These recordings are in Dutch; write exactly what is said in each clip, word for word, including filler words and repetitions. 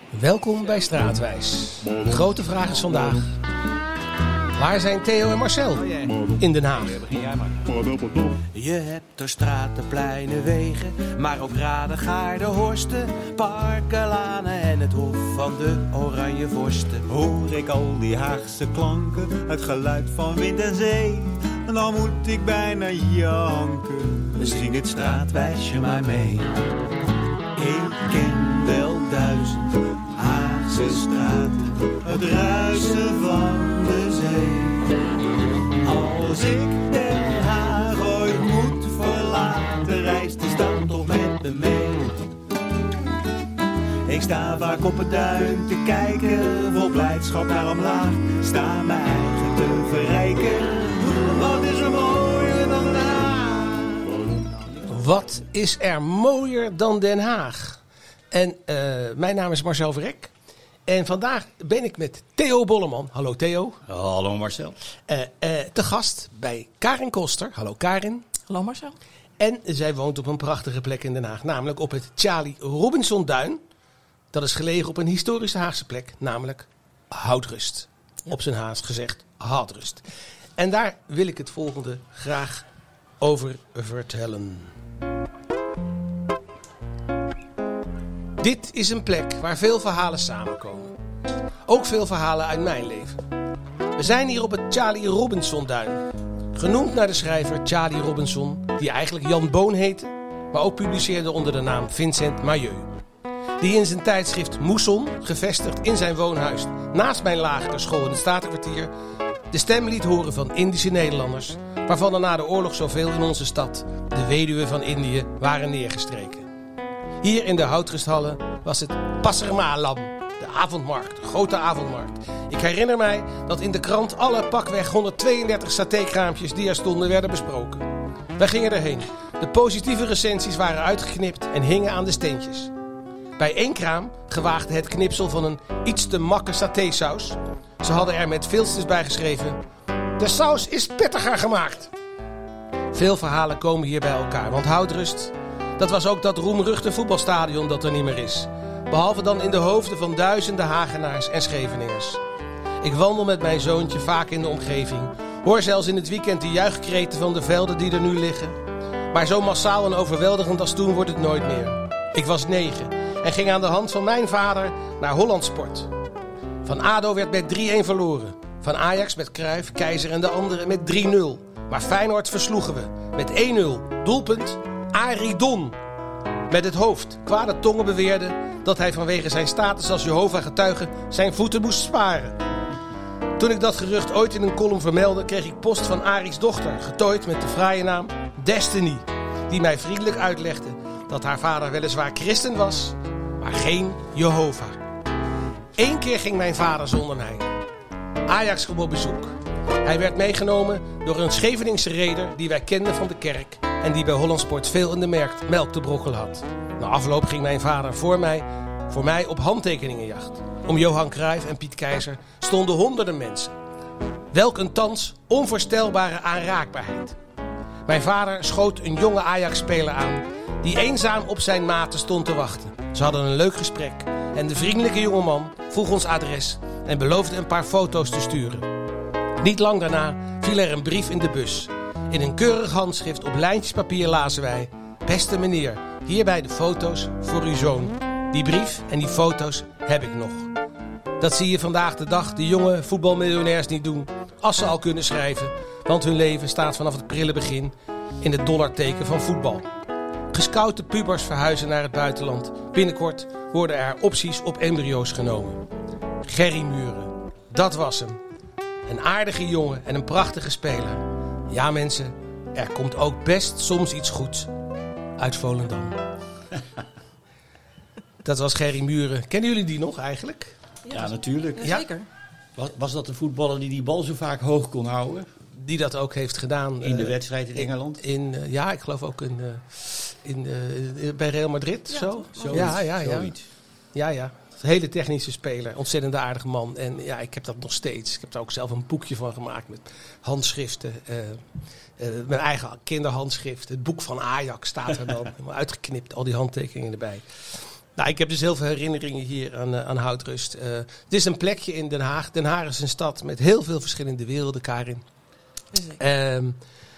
Welkom bij Straatwijs. De grote vraag is vandaag: waar zijn Theo en Marcel in Den Haag? Je hebt er straten, pleinen, wegen, maar ook raden, gaarden, horsten, parken, lanen en het hof van de oranje vorsten. Hoor ik al die Haagse klanken, het geluid van wind en zee, en dan moet ik bijna janken. Zing het straatwijsje maar mee. Ik ken wel duizend Haagse straten, het ruisen van de zee. Als ik Den Haag ooit moet verlaten, reist de stad toch met me mee. Ik sta vaak op het duin te kijken, vol blijdschap naar omlaag, sta mijn eigen te verrijken. Wat is er mooier dan Den Haag? Wat is er mooier dan Den Haag? En uh, mijn naam is Marcel Verrek. En vandaag ben ik met Theo Bolleman. Hallo Theo. Hallo Marcel. Uh, uh, te gast bij Karin Koster. Hallo Karin. Hallo Marcel. En zij woont op een prachtige plek in Den Haag. Namelijk op het Charlie Robinsonduin. Dat is gelegen op een historische Haagse plek. Namelijk Houtrust. Ja. Op zijn Haags gezegd Houtrust. En daar wil ik het volgende graag over vertellen. Dit is een plek waar veel verhalen samenkomen. Ook veel verhalen uit mijn leven. We zijn hier op het Charlie Robinsonduin. Genoemd naar de schrijver Charlie Robinson, die eigenlijk Jan Boon heette, maar ook publiceerde onder de naam Vincent Mayeux. Die in zijn tijdschrift Moesson, gevestigd in zijn woonhuis naast mijn lagere school in het Statenkwartier, de stem liet horen van Indische Nederlanders, waarvan er na de oorlog zoveel in onze stad, de weduwen van Indië, waren neergestreken. Hier in de Houtrusthallen was het Passermalam, de avondmarkt, de grote avondmarkt. Ik herinner mij dat in de krant alle pakweg honderdtweeëndertig satékraampjes die er stonden werden besproken. Wij gingen erheen. De positieve recensies waren uitgeknipt en hingen aan de steentjes. Bij één kraam gewaagde het knipsel van een iets te makke satésaus. Ze hadden er met veelstens bij geschreven: de saus is pittiger gemaakt. Veel verhalen komen hier bij elkaar, want Houtrust, dat was ook dat roemruchte voetbalstadion dat er niet meer is. Behalve dan in de hoofden van duizenden Hagenaars en Scheveningers. Ik wandel met mijn zoontje vaak in de omgeving. Hoor zelfs in het weekend de juichkreten van de velden die er nu liggen. Maar zo massaal en overweldigend als toen wordt het nooit meer. Ik was negen en ging aan de hand van mijn vader naar Hollandsport. Van ADO werd met drie-een verloren. Van Ajax met Cruijff, Keizer en de anderen met drie nul. Maar Feyenoord versloegen we met één nul. Doelpunt Aridon. Met het hoofd. Kwade tongen beweerden dat hij vanwege zijn status als Jehovah-getuige zijn voeten moest sparen. Toen ik dat gerucht ooit in een column vermeldde, kreeg ik post van Ari's dochter, getooid met de fraaie naam Destiny, die mij vriendelijk uitlegde dat haar vader weliswaar christen was, maar geen Jehovah. Eén keer ging mijn vader zonder mij. Ajax kwam op bezoek. Hij werd meegenomen door een Scheveningse reder die wij kenden van de kerk en die bij Hollandsport veel in de merk melk te brokkelen had. Na afloop ging mijn vader voor mij, voor mij op handtekeningenjacht. Om Johan Cruijff en Piet Keizer stonden honderden mensen. Welk een thans onvoorstelbare aanraakbaarheid. Mijn vader schoot een jonge Ajax-speler aan die eenzaam op zijn maten stond te wachten. Ze hadden een leuk gesprek en de vriendelijke jongeman vroeg ons adres en beloofde een paar foto's te sturen. Niet lang daarna viel er een brief in de bus. In een keurig handschrift op lijntjes papier lazen wij: beste meneer, hierbij de foto's voor uw zoon. Die brief en die foto's heb ik nog. Dat zie je vandaag de dag de jonge voetbalmiljonairs niet doen, als ze al kunnen schrijven, want hun leven staat vanaf het prille begin in het dollarteken van voetbal. Gescoute pubers verhuizen naar het buitenland. Binnenkort worden er opties op embryo's genomen. Gerry Muren, dat was hem. Een aardige jongen en een prachtige speler. Ja mensen, er komt ook best soms iets goeds uit Volendam. Dat was Gerry Muren. Kennen jullie die nog eigenlijk? Ja, ja natuurlijk. Ja, zeker. Was, was dat de voetballer die die bal zo vaak hoog kon houden? Die dat ook heeft gedaan. In de uh, wedstrijd in Engeland? In, in, uh, ja, ik geloof ook in, uh, in, uh, bij Real Madrid. Ja, zo. Zoiets, Ja, ja, ja. zoiets. Ja, ja. Een hele technische speler. Ontzettend aardige man. En ja, ik heb dat nog steeds. Ik heb daar ook zelf een boekje van gemaakt met handschriften. Uh, uh, mijn eigen kinderhandschrift. Het boek van Ajax staat er dan. Helemaal uitgeknipt. Al die handtekeningen erbij. Nou, ik heb dus heel veel herinneringen hier aan, uh, aan Houtrust. Uh, het is een plekje in Den Haag. Den Haag is een stad met heel veel verschillende werelden, Karin. Uh, uh,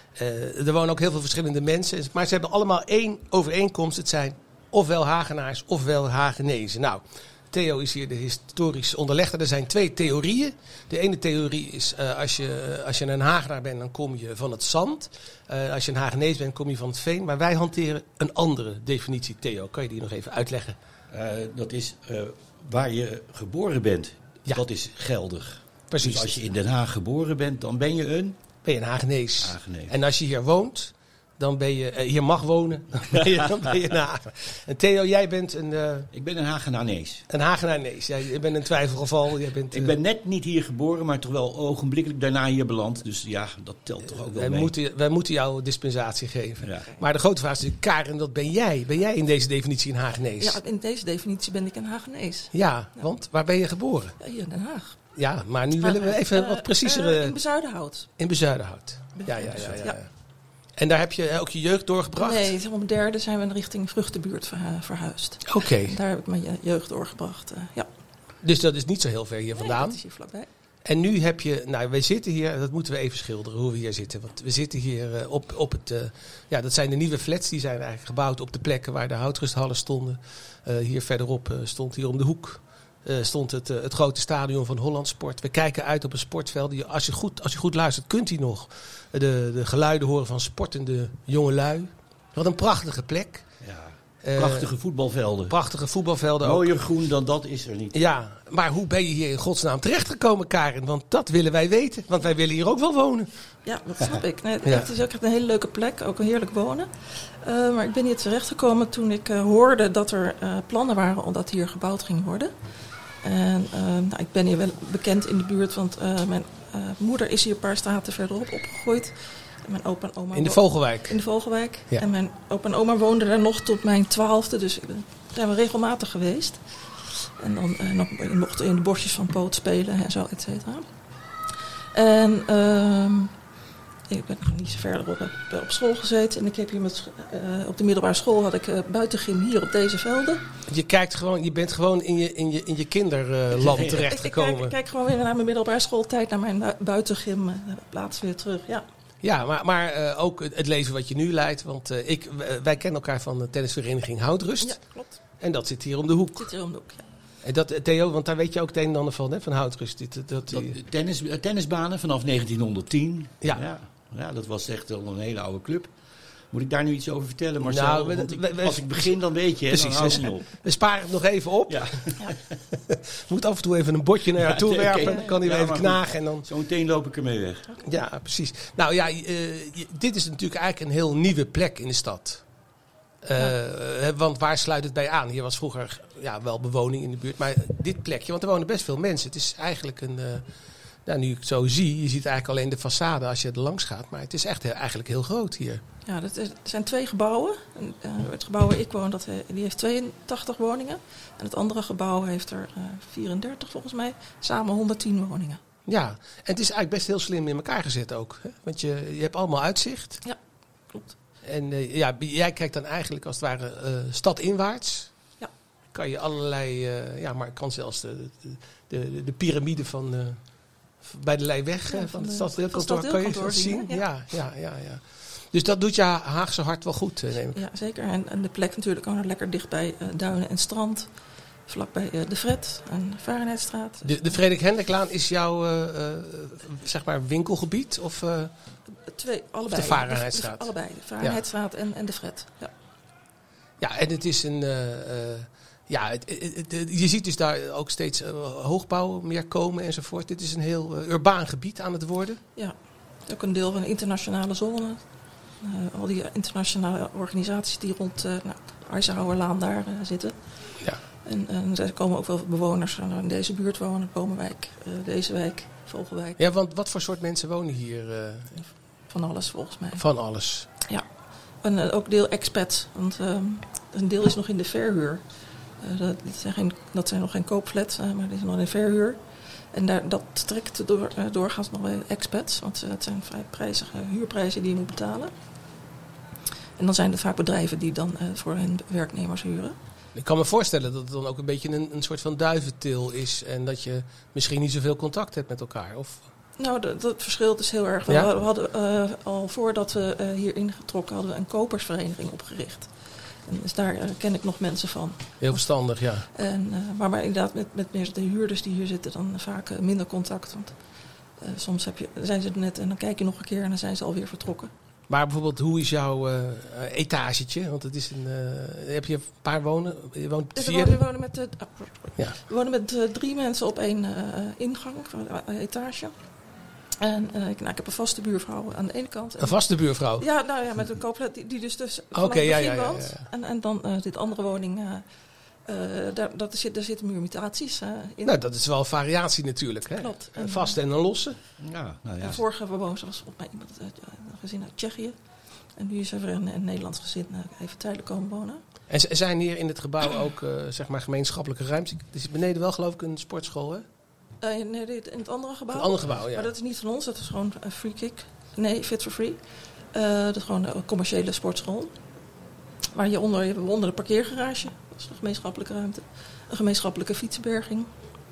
er wonen ook heel veel verschillende mensen. Maar ze hebben allemaal één overeenkomst. Het zijn ofwel Hagenaars ofwel Hagenezen. Nou, Theo is hier de historisch onderlegger. Er zijn twee theorieën. De ene theorie is, uh, als, je, als je een Hagenaar bent, dan kom je van het zand. Uh, als je een Hagenees bent, kom je van het veen. Maar wij hanteren een andere definitie, Theo. Kan je die nog even uitleggen? Uh, dat is uh, waar je geboren bent. Ja. Dat is geldig. Precies. Dus als je in Den Haag geboren bent, dan ben je een... Ben je een Hagenees. Hagenees. En als je hier woont, dan ben je, uh, hier mag wonen, dan ben je, dan ben je een Hagenaar. En Theo, jij bent een... Uh, ik ben een Hagenaarnees. Een Hagenaarnees. Jij bent een twijfelgeval. Jij bent, uh, ik ben net niet hier geboren, maar toch wel ogenblikkelijk daarna hier beland. Dus ja, dat telt toch ook wel wij mee. Moeten, wij moeten jou dispensatie geven. Ja. Maar de grote vraag is natuurlijk, Karin, wat ben jij? Ben jij in deze definitie een Hagenees? Ja, in deze definitie ben ik een Hagenees. Ja, ja. Want waar ben je geboren? Ja, hier in Den Haag. Ja, maar nu willen we even uh, wat preciezer... Uh, in Bezuidenhout. In Bezuidenhout. Ja, ja, ja, ja, ja. En daar heb je ook je jeugd doorgebracht? Nee, op mijn derde zijn we richting Vruchtenbuurt verhuisd. Oké. Okay. Daar heb ik mijn jeugd doorgebracht, uh, ja. Dus dat is niet zo heel ver hier vandaan? Nee, dat is hier vlakbij. En nu heb je, nou wij zitten hier, dat moeten we even schilderen hoe we hier zitten. Want we zitten hier uh, op, op het, uh, ja dat zijn de nieuwe flats, die zijn eigenlijk gebouwd op de plekken waar de Houtrusthallen stonden. Uh, hier verderop uh, stond hier om de hoek. Uh, stond het, uh, het grote stadion van Holland Sport. We kijken uit op een sportveld. Die, als, je goed, als je goed luistert, kunt u nog de, de geluiden horen van sportende jongelui. Wat een prachtige plek. Ja, prachtige uh, voetbalvelden. Prachtige voetbalvelden ook. Mooier groen dan dat is er niet. Ja, maar hoe ben je hier in godsnaam terechtgekomen, Karin? Want dat willen wij weten. Want wij willen hier ook wel wonen. Ja, dat snap ik. Nee, ja. Het is ook echt een hele leuke plek. Ook een heerlijk wonen. Uh, maar ik ben hier terechtgekomen toen ik uh, hoorde dat er uh, plannen waren omdat hier gebouwd ging worden. En uh, nou, ik ben hier wel bekend in de buurt, want uh, mijn uh, moeder is hier een paar straten verderop opgegroeid. En mijn opa en oma in de Vogelwijk? In de Vogelwijk. Ja. En mijn opa en oma woonden daar nog tot mijn twaalfde, dus ik ben, daar zijn we regelmatig geweest. En dan uh, nog, mochten in de bosjes van Poot spelen en zo, et cetera. En uh, ik ben nog niet zo verder op, op school gezeten. En ik heb hier met, uh, op de middelbare school had ik uh, buitengym hier op deze velden. Je kijkt gewoon, je bent gewoon in je, in je, in je kinderland uh, terechtgekomen. Ik, ik, kijk, ik kijk gewoon weer naar mijn middelbare schooltijd, naar mijn buitengym uh, plaats weer terug, ja. Ja, maar, maar uh, ook het leven wat je nu leidt. Want uh, ik, wij kennen elkaar van de tennisvereniging Houtrust. Ja, klopt. En dat zit hier om de hoek. Zit hier om de hoek, ja. En dat, Theo, want daar weet je ook het een en ander van, hè, van Houtrust. Dit, dat, dat, tennis, tennisbanen vanaf negentienhonderdtien. Ja. ja. Ja, dat was echt al een hele oude club. Moet ik daar nu iets over vertellen, Marcel? Nou, we, Want ik, we, we, als ik begin, dan weet je, precies, dan hou ik niet op. We sparen het nog even op. Ja. Ja. Moet af en toe even een bordje naar jou toe ja, werpen. Okay. Dan kan hij ja, weer even knagen. En dan... Zo meteen loop ik ermee weg. Ja, precies. Nou ja, uh, dit is natuurlijk eigenlijk een heel nieuwe plek in de stad. Uh, ja. Want waar sluit het bij aan? Hier was vroeger ja, wel bewoning in de buurt. Maar dit plekje, want er wonen best veel mensen. Het is eigenlijk een... Uh, nou, nu ik het zo zie, je ziet eigenlijk alleen de façade als je er langs gaat. Maar het is echt heel, eigenlijk heel groot hier. Ja, dat is, er zijn twee gebouwen. Uh, het gebouw waar ik woon, dat, die heeft tweeëntachtig woningen. En het andere gebouw heeft er uh, vierendertig volgens mij. Samen honderdtien woningen. Ja, en het is eigenlijk best heel slim in elkaar gezet ook. Hè? Want je, je hebt allemaal uitzicht. Ja, klopt. En uh, ja, jij kijkt dan eigenlijk als het ware uh, stadinwaarts. Ja. Kan je allerlei, uh, ja, maar kan zelfs de, de, de, de piramide van... Uh, bij de Leijweg, ja, van, van het stadsdeelkantoor, kan je dat zien? Ja. Ja, ja, ja, ja. Dus dat doet je Haagse hart wel goed, neem ik. Ja, zeker. En, en de plek natuurlijk ook nog lekker dicht bij uh, Duinen en Strand. Vlakbij uh, de Fred en Varenheidstraat. De, de Frederik Hendriklaan is jouw uh, uh, zeg maar winkelgebied? Of, uh, Twee, allebei. Of de Varenheidstraat? De, de, allebei, de Varenheidstraat ja. en, en de Fred. Ja. Ja, en het is een... Uh, uh, Ja, het, het, het, je ziet dus daar ook steeds uh, hoogbouw meer komen enzovoort. Dit is een heel uh, urbaan gebied aan het worden. Ja, ook een deel van een internationale zone. Uh, al die internationale organisaties die rond uh, nou, Eisenhowerlaan daar uh, zitten. Ja. En, en er komen ook wel bewoners uh, in deze buurt wonen. Bomenwijk, uh, deze wijk, Vogelwijk. Ja, want wat voor soort mensen wonen hier? Uh, van alles volgens mij. Van alles. Ja, en uh, ook deel expats. Want uh, een deel is nog in de verhuur. Uh, dat, zijn geen, dat zijn nog geen koopflats, uh, maar die zijn nog in verhuur. En daar, dat trekt door, uh, doorgaans nog bij expats, want uh, het zijn vrij prijzige huurprijzen die je moet betalen. En dan zijn het vaak bedrijven die dan uh, voor hun werknemers huren. Ik kan me voorstellen dat het dan ook een beetje een, een soort van duiventil is. En dat je misschien niet zoveel contact hebt met elkaar. Of... Nou, dat, dat verschilt dus heel erg. Ja? We hadden uh, al voordat we uh, hier ingetrokken hadden we een kopersvereniging opgericht. En dus daar uh, ken ik nog mensen van. Heel verstandig, ja. En, uh, maar, maar inderdaad, met, met meer de huurders die hier zitten, dan vaak uh, minder contact. Want uh, soms heb je, zijn ze er net en dan kijk je nog een keer en dan zijn ze alweer vertrokken. Maar bijvoorbeeld, hoe is jouw uh, etagetje? Want het is een. Uh, heb je een paar wonen? Je woont Dus vier. we, wonen, we, wonen met, uh, ja. we wonen met uh, drie mensen op één uh, ingang, uh, etage. En uh, ik, nou, ik heb een vaste buurvrouw aan de ene kant. En, een vaste buurvrouw? Ja, nou ja, met een kooplet die, die dus, dus vanaf okay, het ja, begin ja, ja, woont. ja, ja. En, en dan uh, dit andere woning, uh, uh, daar, dat zit, daar zitten mutaties uh, in. Nou, dat is wel variatie natuurlijk. Hè? Klopt. Een vaste en een losse. Ja, nou ja. De vorige bewoner was op mij iemand uit een gezin uit Tsjechië. En nu is er weer een, een Nederlands gezin uh, even tijdelijk komen wonen. En z- zijn hier in het gebouw ook uh, zeg maar gemeenschappelijke ruimte? Er is beneden wel geloof ik een sportschool, hè? Uh, nee, dit, in het andere gebouw. Een ander gebouw, ja. Maar dat is niet van ons, dat is gewoon een free kick. Nee, fit for free. Uh, dat is gewoon een commerciële sportschool. Waar je onder, je hebt onder de parkeergarage, dat is een gemeenschappelijke ruimte. Een gemeenschappelijke fietsenberging.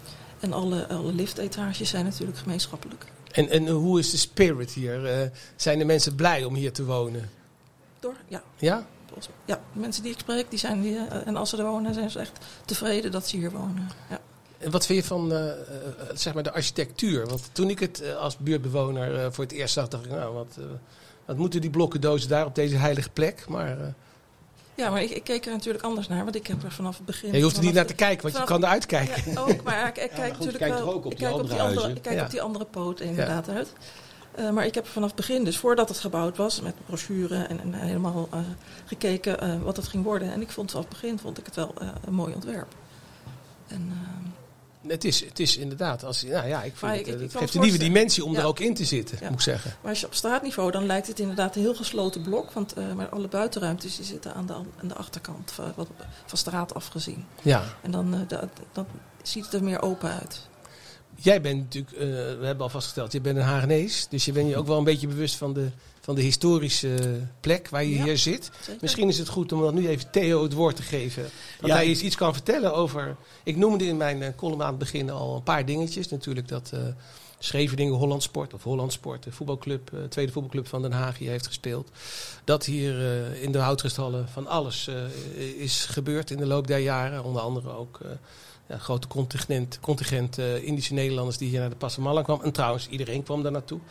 En alle, alle liftetages zijn natuurlijk gemeenschappelijk. En, en hoe is de spirit hier? Uh, zijn de mensen blij om hier te wonen? Door? Ja. Ja? Ja, de mensen die ik spreek, die zijn hier. En als ze er wonen, zijn ze echt tevreden dat ze hier wonen. Ja. En wat vind je van uh, uh, zeg maar de architectuur? Want toen ik het uh, als buurtbewoner uh, voor het eerst zag, dacht ik, nou, wat, uh, wat moeten die blokkendozen daar op deze heilige plek? Maar, uh, ja, maar ik, ik keek er natuurlijk anders naar, want ik heb er vanaf het begin... ja, je hoeft er niet naar de, te kijken, want vanaf, je kan eruit kijken. Ja, ook, maar ik, ik kijk ja, maar goed, natuurlijk kijk wel... ook op ik die kijk, op die, andere andere, huizen. ik kijk Ja. op die andere poot inderdaad ja. uit. Uh, maar ik heb vanaf het begin, dus voordat het gebouwd was, met brochure en, en helemaal uh, gekeken uh, wat het ging worden. En ik vond vanaf het begin vond ik het wel uh, een mooi ontwerp. En... Uh, Het is, het is inderdaad, als, nou ja, ik vind Maar het, ik- het ik kan geeft me een nieuwe voorstellen- dimensie om Ja. er ook in te zitten, Ja. moet ik zeggen. Maar als je op straatniveau, dan lijkt het inderdaad een heel gesloten blok. Want uh, maar alle buitenruimtes die zitten aan de, aan de achterkant, van, wat, van straat afgezien. Ja. En dan, uh, da- dan ziet het er meer open uit. Jij bent natuurlijk, uh, we hebben al vastgesteld, je bent een Hagenees. Dus je bent je ook wel een beetje bewust van de, van de historische plek waar je Ja. hier zit. Zeker. Misschien is het goed om dan nu even Theo het woord te geven. Dat Ja. hij eens iets kan vertellen over... Ik noemde in mijn uh, column aan het begin al een paar dingetjes. Natuurlijk dat uh, Scheveningen Holland Sport, of Holland Sport, de voetbalclub, uh, tweede voetbalclub van Den Haag hier heeft gespeeld. Dat hier uh, in de Houtrusthallen van alles uh, is gebeurd in de loop der jaren. Onder andere ook... Uh, Ja, een grote contingent, contingent uh, Indische Nederlanders die hier naar de Passamallang kwam. En trouwens, iedereen kwam daar naartoe.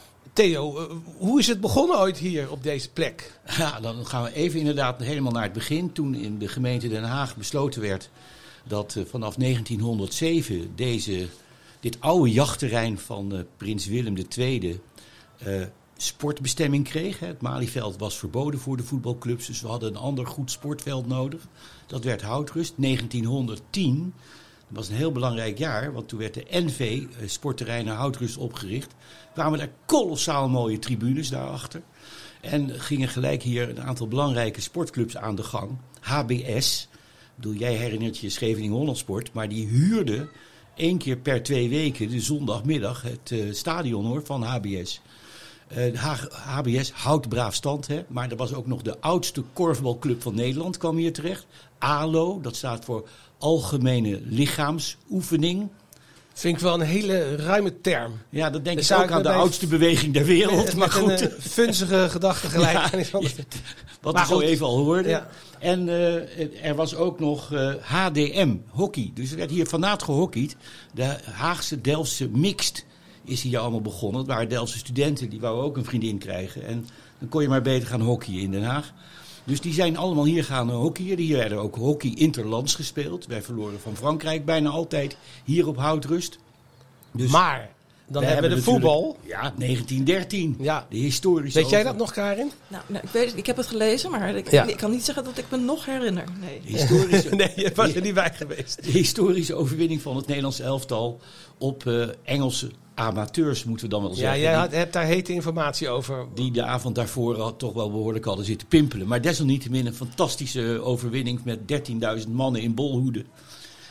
Theo, uh, hoe is het begonnen ooit hier op deze plek? Ja, dan gaan we even inderdaad helemaal naar het begin. Toen in de gemeente Den Haag besloten werd dat uh, vanaf negentienhonderdzeven deze, dit oude jachtterrein van uh, prins Willem de Tweede uh, sportbestemming kreeg. Hè. Het Malieveld was verboden voor de voetbalclubs, dus we hadden een ander goed sportveld nodig. Dat werd Houtrust. negentienhonderdtien, dat was een heel belangrijk jaar, want toen werd de N V, uh, sportterrein Houtrust, opgericht. Kwamen er kolossaal mooie tribunes daarachter. En gingen gelijk hier een aantal belangrijke sportclubs aan de gang. H B S, ik bedoel, jij herinnert je Scheveningen Holland Sport, maar die huurde één keer per twee weken, de zondagmiddag, het uh, stadion hoor, van H B S. Uh, H B S houdt braaf stand, hè? Maar er was ook nog de oudste korfbalclub van Nederland, kwam hier terecht. A L O, dat staat voor Algemene Lichaamsoefening. Vind ik wel een hele ruime term. Ja, dat denk Dan ik zou ook ik aan de erbij- oudste beweging der wereld. Met, maar met goed, een uh, funzige gedachte gelijk. Ja, aan iets anders. wat Maar we zo goed. even al hoorden. Ja. En uh, er was ook nog uh, H D M, hockey. Dus er werd hier fanaat gehockeyd. De Haagse Delftse Mixed is hier allemaal begonnen. Het waren Delftse studenten, die wouden ook een vriendin krijgen. En dan kon je maar beter gaan hockeyen in Den Haag. Dus die zijn allemaal hier gaan hockeyen. Hier werden ook hockey interlands gespeeld. Wij verloren van Frankrijk bijna altijd hier op Houtrust. Dus Maar, dan we hebben we de natuurlijk- voetbal. Ja, negentien dertien. Ja. De historische... Weet jij over- dat nog, Karin? Nou, nou, ik, weet het, ik heb het gelezen, maar ik, Ja. ik kan niet zeggen dat ik me nog herinner. Nee. De historische, Nee, je was er niet bij geweest. de historische overwinning van het Nederlands elftal op uh, Engelse amateurs, moeten we dan wel Ja, zeggen. jij die, had, hebt daar hete informatie over. die de avond daarvoor al toch wel behoorlijk hadden zitten pimpelen. Maar desalniettemin een fantastische overwinning met dertienduizend mannen in bolhoeden.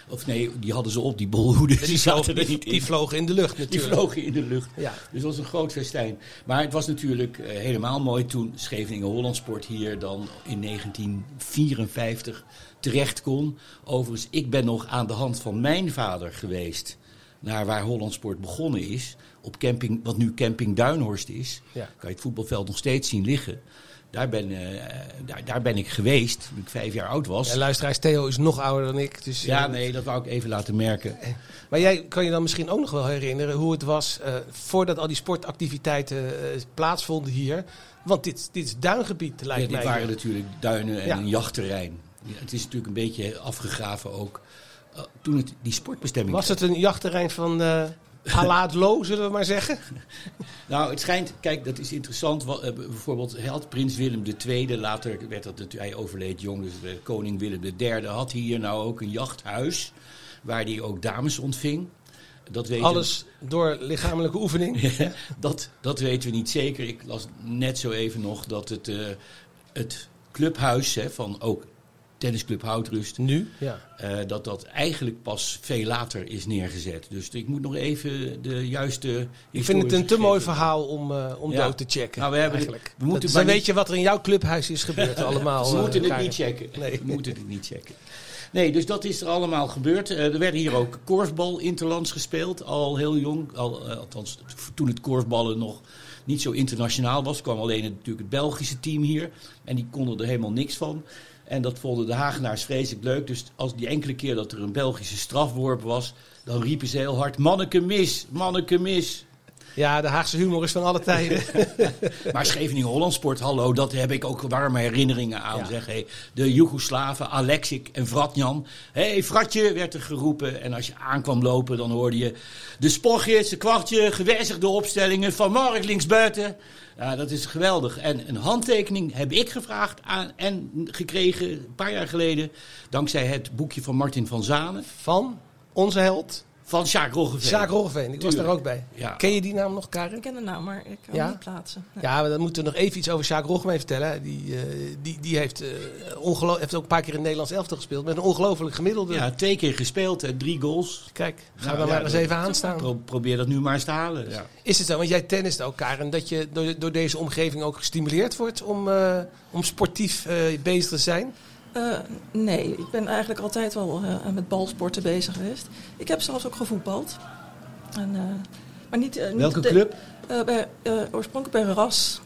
Of nee, die hadden ze op, die bolhoeden. Die, Die vlogen, zaten er die, niet in. die vlogen in de lucht Die natuurlijk. vlogen in de lucht. Ja. Dus dat was een groot festijn. Maar het was natuurlijk uh, helemaal mooi toen Scheveningen Hollandsport hier dan in negentien vierenvijftig terecht kon. Overigens, ik ben nog aan de hand van mijn vader geweest naar waar Hollandsport begonnen is. Op camping, wat nu camping Duinhorst is. Ja. Kan je het voetbalveld nog steeds zien liggen. Daar ben, uh, daar, daar ben ik geweest toen ik vijf jaar oud was. Ja, luisteraars, Theo is nog ouder dan ik. Dus, Ja, uh, nee, dat wou ik even laten merken. Maar jij kan je dan misschien ook nog wel herinneren hoe het was uh, voordat al die sportactiviteiten uh, plaatsvonden hier. Want dit, dit is duingebied, lijkt Ja, dit mij. waren natuurlijk duinen en Ja. een jachtterrein. Ja, het is natuurlijk een beetje afgegraven ook. Uh, toen het die sportbestemming... Was het een jachtterrein van uh, à la het Lo, zullen we maar zeggen? Nou, het schijnt, kijk, dat is interessant. Wat, uh, bijvoorbeeld had prins Willem de Tweede, later werd dat natuurlijk, hij overleed jong, dus uh, koning Willem de Derde had hier nou ook een jachthuis, waar hij ook dames ontving. Dat weten, Alles door lichamelijke oefening. dat, dat weten we niet zeker. Ik las net zo even nog dat het, uh, het clubhuis hè, van ook Tennisclub Houtrust, Nu? Ja. uh, dat dat eigenlijk pas veel later is neergezet. Dus ik moet nog even de juiste... Ik vind het een te historische mooi gegevens- verhaal om, uh, om Ja. dood te checken. Nou, we hebben eigenlijk. dit- we moeten Dat- maar dan niet- weet je wat er in jouw clubhuis is gebeurd allemaal. We uh, moeten het Karin. niet checken. Nee. We moeten het niet checken. Nee, dus dat is er allemaal gebeurd. Uh, er werden hier ook korfbal interlands gespeeld, al heel jong. Al, uh, althans, toen het korfballen nog niet zo internationaal was, kwam alleen het, natuurlijk het Belgische team hier. En die konden er helemaal niks van. En dat vonden de Hagenaars vreselijk leuk. Dus als die enkele keer dat er een Belgische strafworp was, dan riepen ze heel hard, manneke mis, manneke mis. Ja, de Haagse humor is van alle tijden. Maar Scheveningen Hollandsport, hallo, dat heb ik ook warme herinneringen aan. Ja. Zeg, hey, de Joegoslaven, Aleksik en Vratjan. Hé, hey, Fratje, werd er geroepen. En als je aankwam lopen, dan hoorde je de sportgids, de kwartje, gewijzigde opstellingen van Mark linksbuiten. Ja, dat is geweldig. En een handtekening heb ik gevraagd aan, en gekregen een paar jaar geleden. Dankzij het boekje van Martin van Zanen. Van onze held, Van Sjaak Roggeveen. Sjaak Roggeveen. Ik was Tuurlijk. daar ook bij. Ja. Ken je die naam nog, Karin? Ik ken de naam, maar ik kan Ja? hem niet plaatsen. Nee. Ja, maar dan moeten we nog even iets over Sjaak Roggeveen vertellen. Die, uh, die, die heeft, uh, ongelo- heeft ook een paar keer in het Nederlands elftal gespeeld. Met een ongelooflijk gemiddelde. Ja, twee keer gespeeld en drie goals. Kijk, ga Nou, daar ja, maar eens dat- even aan staan. Pro- probeer dat nu maar eens te halen. Ja. Is het zo, want jij tennist ook, Karen, dat je door, door deze omgeving ook gestimuleerd wordt om, uh, om sportief uh, bezig te zijn? Uh, nee, ik ben eigenlijk altijd wel uh, met balsporten bezig geweest. Ik heb zelfs ook gevoetbald. En, uh, maar niet, uh, niet Welke de- club? Uh, bij, uh, oorspronkelijk bij Ras.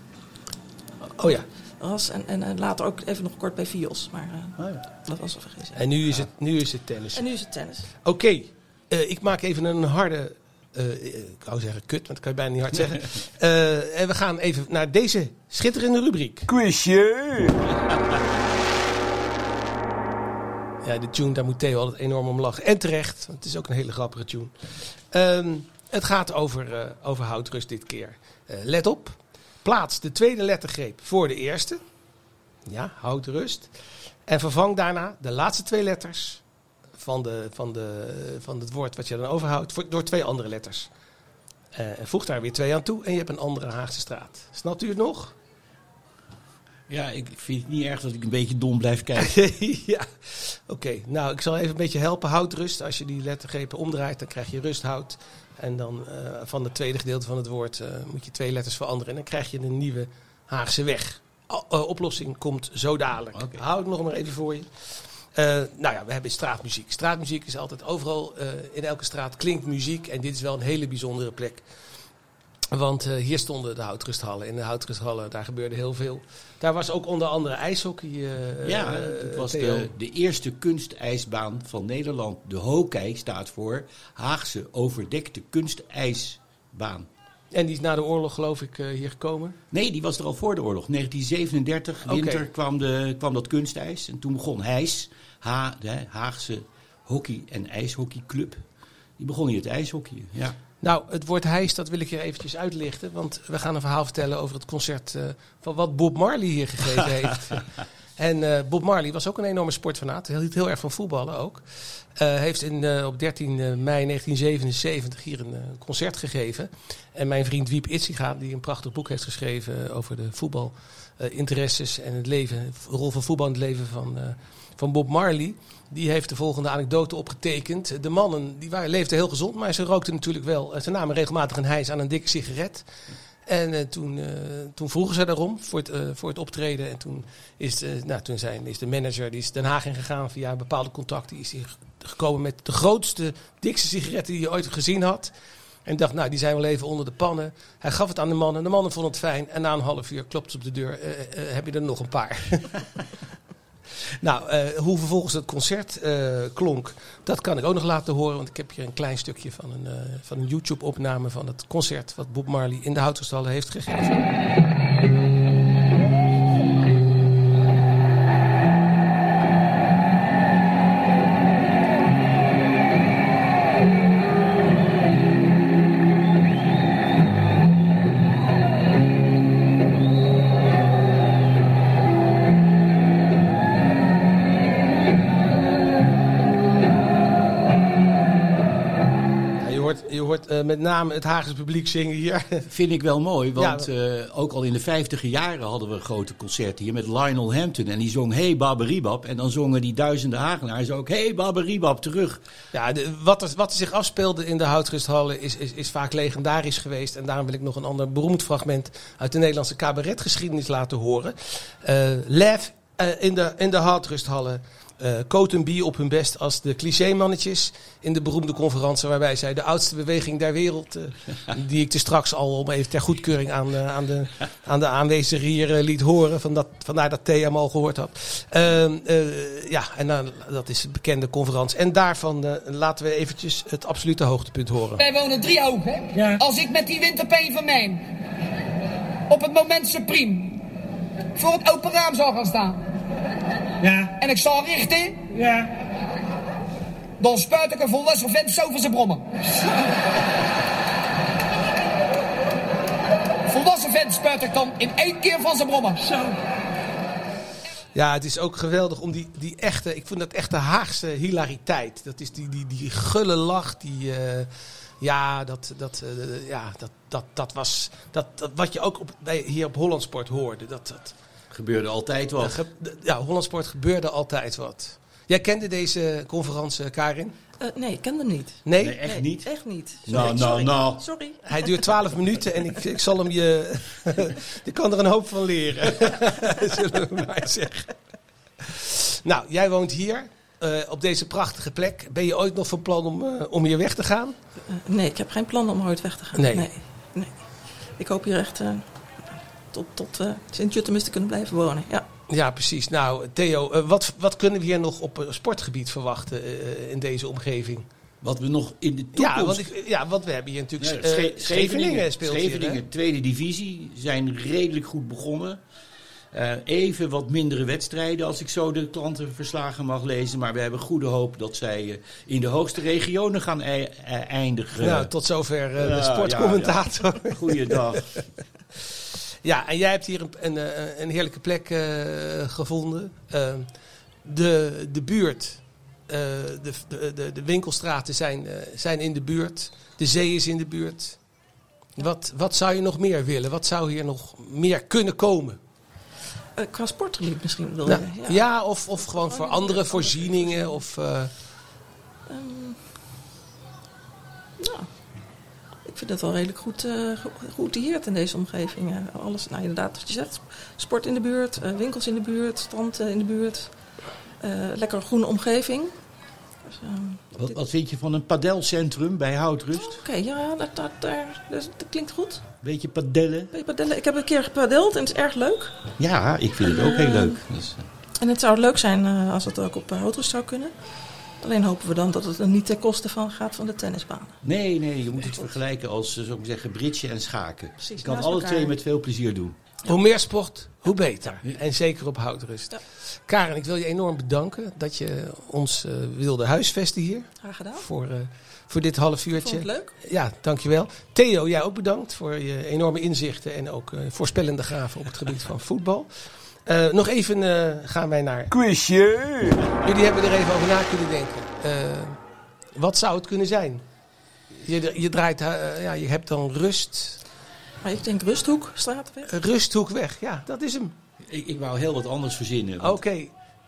Oh ja. Ras en, en, en later ook even nog kort bij Vios. Maar uh, Oh ja. dat was wel vergeten. En nu is het, nu is het tennis. En nu is het tennis. Oké, okay. uh, ik maak even een harde, uh, ik wou zeggen kut, want dat kan je bijna niet hard zeggen. Uh, en we gaan even naar deze schitterende rubriek. Quizje! Ja, de tune, daar moet Theo altijd enorm om lachen. En terecht, want het is ook een hele grappige tune. Um, het gaat over, uh, over Houtrust dit keer. Uh, let op, plaats de tweede lettergreep voor de eerste. Ja, Houtrust. En vervang daarna de laatste twee letters van, de, van, de, van het woord wat je dan overhoudt voor, door twee andere letters. Uh, en voeg daar weer twee aan toe en je hebt een andere Haagse straat. Snapt u het nog? Ja, ik vind het niet erg dat ik een beetje dom blijf kijken. Ja, oké. Okay. Nou, ik zal even een beetje helpen. Houtrust. Als je die lettergrepen omdraait, dan krijg je rusthout. En dan uh, van het tweede gedeelte van het woord uh, moet je twee letters veranderen. En dan krijg je een nieuwe Haagse weg. O, uh, oplossing komt zo dadelijk. Okay. Hou het nog maar even voor je. Uh, nou ja, we hebben straatmuziek. Straatmuziek is altijd overal. Uh, in elke straat klinkt muziek. En dit is wel een hele bijzondere plek. Want uh, hier stonden de Houtrusthallen. In de Houtrusthallen, daar gebeurde heel veel. Daar was ook onder andere ijshockey. Uh, Ja, uh, het was Theo. de, de eerste kunstijsbaan van Nederland. De Hokei staat voor Haagse overdekte kunstijsbaan. En die is na de oorlog, geloof ik, uh, hier gekomen. Nee, die was er al voor de oorlog. negentien zevenendertig, winter, Okay. kwam, de, kwam dat kunstijs. En toen begon Heijs, Ha, de Haagse Hockey- en IJshockeyclub. Die begon hier het ijshockeyen, ja. Nou, het woord hijs, dat wil ik je eventjes uitlichten. Want we gaan een verhaal vertellen over het concert uh, van wat Bob Marley hier gegeven heeft. En uh, Bob Marley was ook een enorme sportfanaat. Hij hield heel erg van voetballen ook. Uh, heeft in, uh, op dertien mei negentien zevenenzeventig hier een uh, concert gegeven. En mijn vriend Wiep Itzinga, die een prachtig boek heeft geschreven over de voetbalinteresses uh, en het leven, de rol van voetbal in het leven van uh, van Bob Marley. Die heeft de volgende anekdote opgetekend. De mannen die waren, leefden heel gezond, maar ze rookten natuurlijk wel. Ze namen regelmatig een hijs aan een dikke sigaret. En uh, toen, uh, toen vroegen ze daarom voor het, uh, voor het optreden. En toen is, uh, nou, toen zijn, is de manager die is Den Haag ingegaan via bepaalde contacten. Die is hier gekomen met de grootste, dikste sigaretten die je ooit gezien had. En dacht, nou, die zijn wel even onder de pannen. Hij gaf het aan de mannen. De mannen vonden het fijn. En na een half uur klopt ze op de deur. Uh, uh, heb je er nog een paar? Nou, uh, hoe vervolgens het concert uh, klonk, dat kan ik ook nog laten horen. Want ik heb hier een klein stukje van een, uh, van een YouTube-opname van het concert wat Bob Marley in de Houterstallen heeft gegeven. Uh, met name het Haagse publiek zingen hier. Vind ik wel mooi, want ja, uh, ook al in de vijftiger jaren hadden we grote concerten hier met Lionel Hampton. En die zong Hey Babberibab. En dan zongen die duizenden Hagenaars ook Hey Babberibab terug. Ja, de, wat, er, wat er zich afspeelde in de Houtrusthallen is, is, is vaak legendarisch geweest. En daarom wil ik nog een ander beroemd fragment uit de Nederlandse cabaretgeschiedenis laten horen. Uh, Lef uh, in de, in de Houtrusthallen. Uh, Coat en Bie op hun best als de clichémannetjes in de beroemde conferentie waarbij zij de oudste beweging der wereld, uh, die ik er straks al om even ter goedkeuring aan, uh, aan, de, aan de aanwezigen hier uh, liet horen, van dat, vandaar dat Thea hem al gehoord had. Uh, uh, ja, en uh, dat is een bekende conferentie. En daarvan uh, laten we eventjes het absolute hoogtepunt horen. Wij wonen Driehoog, hè? Ja. Als ik met die winterpeen van mij op het moment supreme voor het open raam zou gaan staan. Ja. En ik zal richten. Ja. Dan spuit ik een volwassen vent zo van zijn brommen. Volwassen vent spuit ik dan in één keer van zijn brommen. Zo. Ja, het is ook geweldig om die, die echte, ik vind dat echte Haagse hilariteit. Dat is die, die, die gulle lach, die, uh, ja, dat, dat, uh, ja, dat, dat, dat was, dat, dat wat je ook op, bij, hier op Hollandsport hoorde. Dat, dat gebeurde altijd wat. Ja, ge, ja, Hollandsport gebeurde altijd wat. Jij kende deze conferentie, Karin? Uh, nee, ik ken hem niet. Nee? Nee, echt nee, niet? Echt niet. Nou, nou, nou. Sorry. Hij duurt twaalf minuten en ik, ik zal hem je... je kan er een hoop van leren. Zullen we maar zeggen. Nou, jij woont hier. Uh, op deze prachtige plek. Ben je ooit nog van plan om, uh, om hier weg te gaan? Uh, nee, ik heb geen plan om ooit weg te gaan. Nee. Nee, nee. Ik hoop hier echt uh, tot, tot uh, Sint-Jutemus te kunnen blijven wonen. Ja. Ja, precies. Nou, Theo, uh, wat, wat kunnen we hier nog op uh, sportgebied verwachten uh, in deze omgeving? Wat we nog in de toekomst... Ja, want, ik, ja, want we hebben hier natuurlijk... Ja, uh, Scheveningen, Scheveningen speelt Scheveningen, hier, tweede divisie, zijn redelijk goed begonnen. Uh, even wat mindere wedstrijden als ik zo de klantenverslagen mag lezen. Maar we hebben goede hoop dat zij uh, in de hoogste regionen gaan e- e- eindigen. Nou, tot zover uh, ja, de sportcommentator. Ja, ja. Goeiedag. Ja, en jij hebt hier een, een, een heerlijke plek uh, gevonden. Uh, de, de buurt, uh, de, de, de winkelstraten zijn, uh, zijn in de buurt. De zee is in de buurt. Wat, wat zou je nog meer willen? Wat zou hier nog meer kunnen komen? Uh, qua sportgebied misschien wil nou, je. Ja, ja of, of gewoon oh, voor nee, andere voorzieningen. Of, uh... um, nou, ik vind het wel redelijk goed uh, geoutilleerd in deze omgeving. Uh, alles, nou inderdaad, wat je zegt. Sport in de buurt, uh, winkels in de buurt, strand uh, in de buurt. Uh, lekker groene omgeving. Dus, um, wat, wat vind je van een padelcentrum bij Houtrust? Oké, okay, ja, dat, dat, dat, dat, dat klinkt goed. Beetje padellen? Beetje padellen. Ik heb een keer gepadeld en het is erg leuk. Ja, ik vind het ook uh, heel leuk. Dus, uh... En het zou leuk zijn uh, als het ook op uh, Houtrust zou kunnen. Alleen hopen we dan dat het er niet ten koste van gaat van de tennisbaan. Nee, nee, je moet het vergelijken als, zou ik zeggen, bridgen en schaken. Precies, je kan alle elkaar. twee met veel plezier doen. Ja. Hoe meer sport, hoe beter. Ja. En zeker op Houtrust. Ja. Karen, ik wil je enorm bedanken dat je ons uh, wilde huisvesten hier. Graag gedaan. Voor, uh, voor dit half uurtje. Ik vond het leuk. Ja, dankjewel. Theo, jij ook bedankt voor je enorme inzichten en ook uh, voorspellende gaven op het gebied van voetbal. Uh, nog even uh, gaan wij naar... Quizje! Jullie hebben er even over na kunnen denken. Uh, wat zou het kunnen zijn? Je, je draait, uh, ja, je hebt dan rust... Maar ik denk Rusthoek, Straatweg. Rusthoekweg, ja, dat is hem. Ik, ik wou heel wat anders verzinnen. Oké. Okay.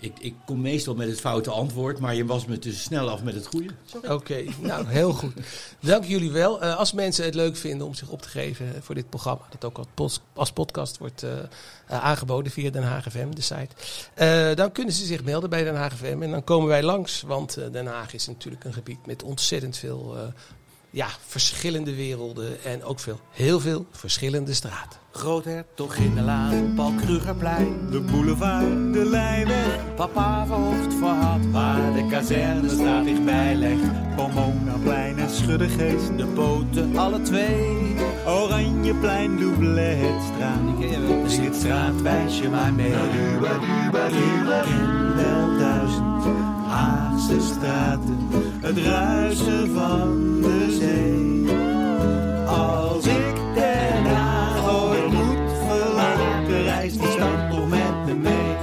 Ik, ik kom meestal met het foute antwoord, maar je was me te snel af met het goede. Oké, okay, nou heel goed. Dank jullie wel. Uh, als mensen het leuk vinden om zich op te geven voor dit programma, dat ook als, als podcast wordt uh, uh, aangeboden via Den Haag F M, de site, uh, dan kunnen ze zich melden bij Den Haag F M en dan komen wij langs, want uh, Den Haag is natuurlijk een gebied met ontzettend veel uh, ja, verschillende werelden en ook veel, heel veel verschillende straten. Groothertoginnenlaan, Paul Krugerplein, De boulevard, de Leijweg, Papa Voogd voor had, waar de kazernestraat dichtbij legt. Pomonaplein en Schuddegeest, De poten, alle twee. Oranjeplein, Doubletstraat. Zing het straatwijsje maar mee. Ik ken wel duizend Haagse straten, het ruisen van de zee. Als ik Den Haag ooit moet verlaten, reist die stad toch met me mee.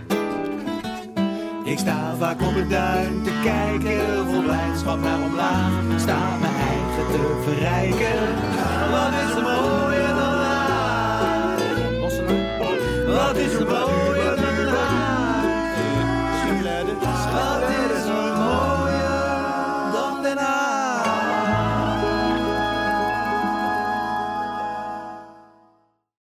Ik sta vaak op het duin te kijken, vol blijdschap naar omlaag, sta mijn eigen te verrijken. Wat is er mooier dan Haag? Wat is er mooier?